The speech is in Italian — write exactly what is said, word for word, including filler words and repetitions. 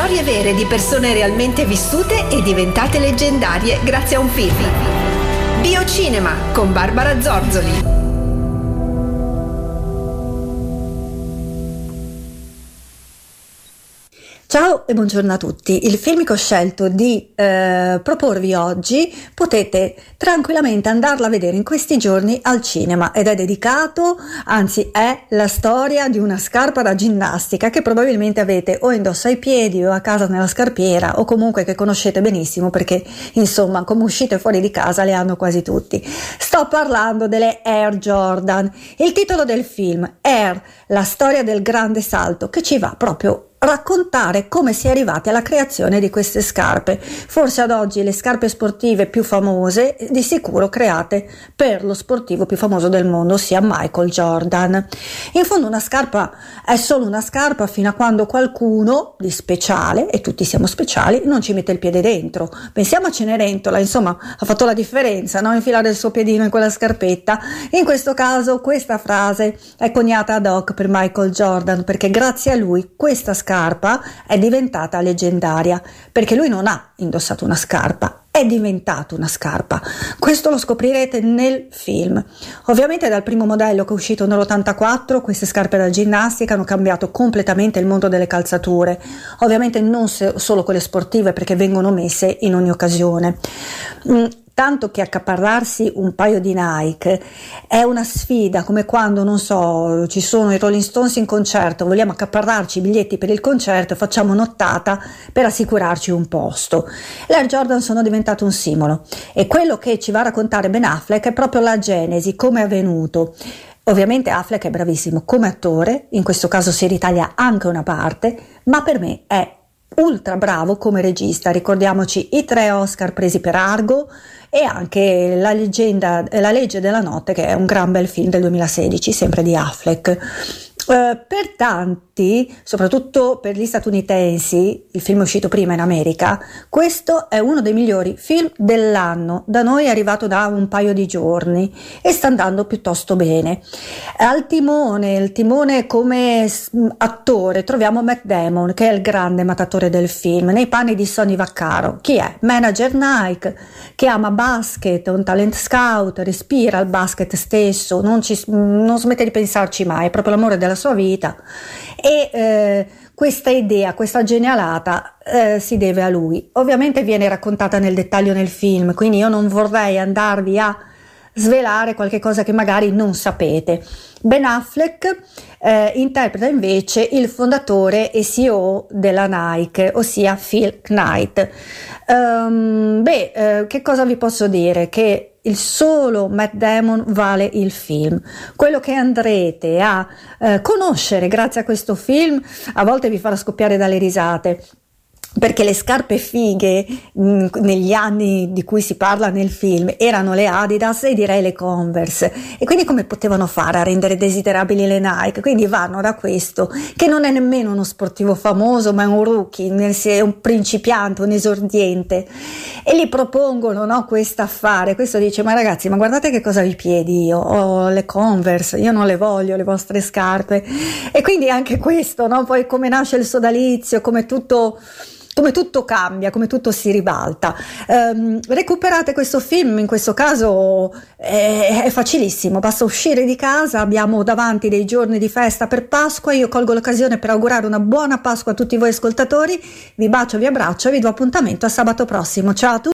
Storie vere di persone realmente vissute e diventate leggendarie grazie a un film. Biocinema con Barbara Zorzoli. Ciao e buongiorno a tutti. Il film che ho scelto di eh, proporvi oggi potete tranquillamente andarla a vedere in questi giorni al cinema ed è dedicato, anzi è la storia di una scarpa da ginnastica che probabilmente avete o indosso ai piedi o a casa nella scarpiera o comunque che conoscete benissimo perché insomma come uscite fuori di casa le hanno quasi tutti. Sto parlando delle Air Jordan. Il titolo del film, Air, la storia del grande salto, che ci va proprio raccontare come si è arrivati alla creazione di queste scarpe, forse ad oggi le scarpe sportive più famose, di sicuro create per lo sportivo più famoso del mondo, ossia Michael Jordan. In fondo una scarpa è solo una scarpa fino a quando qualcuno di speciale, e tutti siamo speciali, non ci mette il piede dentro. Pensiamo a Cenerentola, insomma ha fatto la differenza, no? Infilare il suo piedino in quella scarpetta. In questo caso questa frase è coniata ad hoc per Michael Jordan, perché grazie a lui questa scarpa è diventata leggendaria, perché lui non ha indossato una scarpa, è diventato una scarpa. Questo lo scoprirete nel film. Ovviamente dal primo modello che è uscito nell'ottantaquattro queste scarpe da ginnastica hanno cambiato completamente il mondo delle calzature, ovviamente non se- solo quelle sportive perché vengono messe in ogni occasione. Mm. Tanto che accaparrarsi un paio di Nike è una sfida, come quando, non so, ci sono i Rolling Stones in concerto, vogliamo accaparrarci i biglietti per il concerto e facciamo nottata per assicurarci un posto. Le Air Jordan sono diventate un simbolo e quello che ci va a raccontare Ben Affleck è proprio la genesi, come è avvenuto. Ovviamente Affleck è bravissimo come attore, in questo caso si ritaglia anche una parte, ma per me è ultra bravo come regista. Ricordiamoci i tre Oscar presi per Argo e anche la leggenda, la legge della notte, che è un gran bel film del duemilasedici, sempre di Affleck. Uh, per tanti, soprattutto per gli statunitensi, il film è uscito prima in America, questo è uno dei migliori film dell'anno. Da noi è arrivato da un paio di giorni e sta andando piuttosto bene. Al timone, il timone come attore, troviamo Matt Damon, che è il grande mattatore del film, nei panni di Sonny Vaccaro. Chi è? Manager Nike, che ama basket, un talent scout, respira il basket stesso, non, ci, non smette di pensarci mai, è proprio l'amore della sua vita e eh, questa idea, questa genialata eh, si deve a lui. Ovviamente viene raccontata nel dettaglio nel film, quindi io non vorrei andarvi a svelare qualche cosa che magari non sapete. Ben Affleck eh, interpreta invece il fondatore e C E O della Nike, ossia Phil Knight. Um, beh, eh, che cosa vi posso dire? Che il solo Matt Damon vale il film. Quello che andrete a eh, conoscere grazie a questo film a volte vi farà scoppiare dalle risate, perché le scarpe fighe mh, negli anni di cui si parla nel film erano le Adidas e direi le Converse, e quindi come potevano fare a rendere desiderabili le Nike? Quindi vanno da questo che non è nemmeno uno sportivo famoso, ma è un rookie, è un principiante, un esordiente, e gli propongono, no, questo affare. Questo dice: ma ragazzi, ma guardate che cosa vi piedi, io ho le Converse, io non le voglio le vostre scarpe. E quindi anche questo, no? Poi come nasce il sodalizio, come tutto come tutto cambia, come tutto si ribalta. Um, recuperate questo film, in questo caso è, è facilissimo, basta uscire di casa, abbiamo davanti dei giorni di festa per Pasqua. Io colgo l'occasione per augurare una buona Pasqua a tutti voi ascoltatori, vi bacio, vi abbraccio e vi do appuntamento a sabato prossimo. Ciao a tutti.